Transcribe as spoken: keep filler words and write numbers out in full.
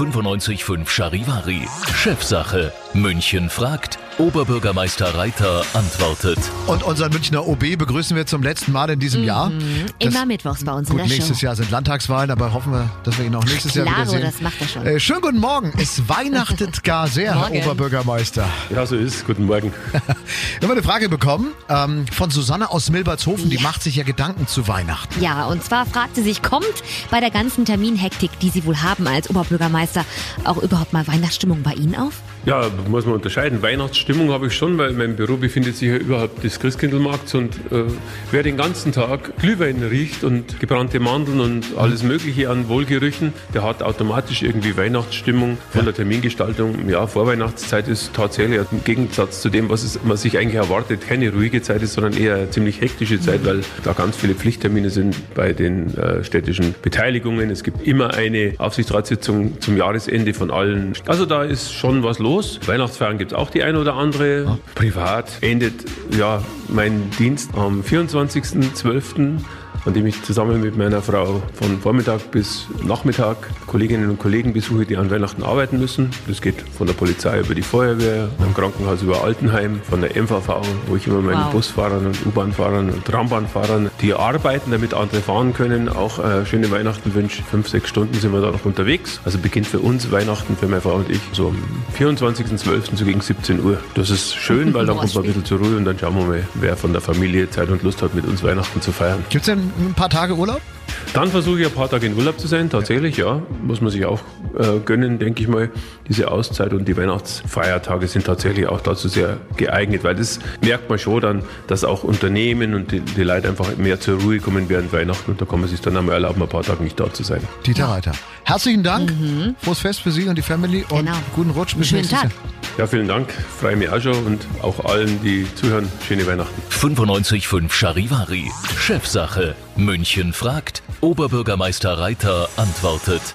fünfundneunzig Komma fünf Charivari. Chefsache. München fragt. Oberbürgermeister Reiter antwortet. Und unseren Münchner O B begrüßen wir zum letzten Mal in diesem Mhm. Jahr. Immer Das- mittwochs bei uns Gut, in der nächstes Show. Jahr sind Landtagswahlen, aber hoffen wir, dass wir ihn auch nächstes Jahr Klaro, wiedersehen. das macht er schon. Äh, schönen guten Morgen. Es weihnachtet gar sehr, Herr Morgen. Oberbürgermeister. Ja, so ist. Guten Morgen. Wir haben eine Frage bekommen ähm, von Susanne aus Milbertshofen. Die Ja. macht sich ja Gedanken zu Weihnachten. Ja, und zwar fragt sie sich, kommt bei der ganzen Terminhektik, die Sie wohl haben als Oberbürgermeister, auch überhaupt mal Weihnachtsstimmung bei Ihnen auf? Ja, muss man unterscheiden. Weihnachtsstimmung habe ich schon, weil mein Büro befindet sich ja überhalb des Christkindlmarkts und äh, wer den ganzen Tag Glühwein riecht und gebrannte Mandeln und alles Mögliche an Wohlgerüchen, der hat automatisch irgendwie Weihnachtsstimmung von der Termingestaltung. Ja, Vorweihnachtszeit ist tatsächlich im Gegensatz zu dem, was es, man sich eigentlich erwartet, keine ruhige Zeit ist, sondern eher eine ziemlich hektische Zeit, weil da ganz viele Pflichttermine sind bei den äh, städtischen Beteiligungen. Es gibt immer eine Aufsichtsratssitzung zum Jahresende von allen. Also da ist schon was los. Weihnachtsfeiern gibt es auch die ein oder andere. Privat endet ja mein Dienst am vierundzwanzigsten zwölften, an dem ich zusammen mit meiner Frau von Vormittag bis Nachmittag Kolleginnen und Kollegen besuche, die an Weihnachten arbeiten müssen. Das geht von der Polizei über die Feuerwehr, vom Krankenhaus über Altenheim, von der M V V, wo ich immer meinen Wow. Busfahrern und U-Bahn-Fahrern und Trambahnfahrern, die arbeiten, damit andere fahren können, auch äh, schöne Weihnachten wünsche. Fünf, sechs Stunden sind wir da noch unterwegs. Also beginnt für uns Weihnachten, für meine Frau und ich, so am vierundzwanzigsten zwölften so gegen siebzehn Uhr. Das ist schön, weil dann Boah, kommt man ein bisschen zur Ruhe und dann schauen wir mal, wer von der Familie Zeit und Lust hat, mit uns Weihnachten zu feiern. Gibt es denn ein paar Tage Urlaub? Dann versuche ich ein paar Tage in Urlaub zu sein, tatsächlich, ja. Muss man sich auch äh, gönnen, denke ich mal. Diese Auszeit und die Weihnachtsfeiertage sind tatsächlich auch dazu sehr geeignet, weil das merkt man schon dann, dass auch Unternehmen und die, die Leute einfach mehr zur Ruhe kommen während Weihnachten und da kann man sich dann einmal erlauben, ein paar Tage nicht da zu sein. Dieter Reiter. Herzlichen Dank. Frohes Fest für Sie und die Family und Genau. guten Rutsch bis Schönen nächstes Tag. Jahr. Ja, vielen Dank, freue mich auch schon und auch allen, die zuhören, schöne Weihnachten. fünfundneunzig Komma fünf Charivari. Chefsache. München fragt. Oberbürgermeister Reiter antwortet.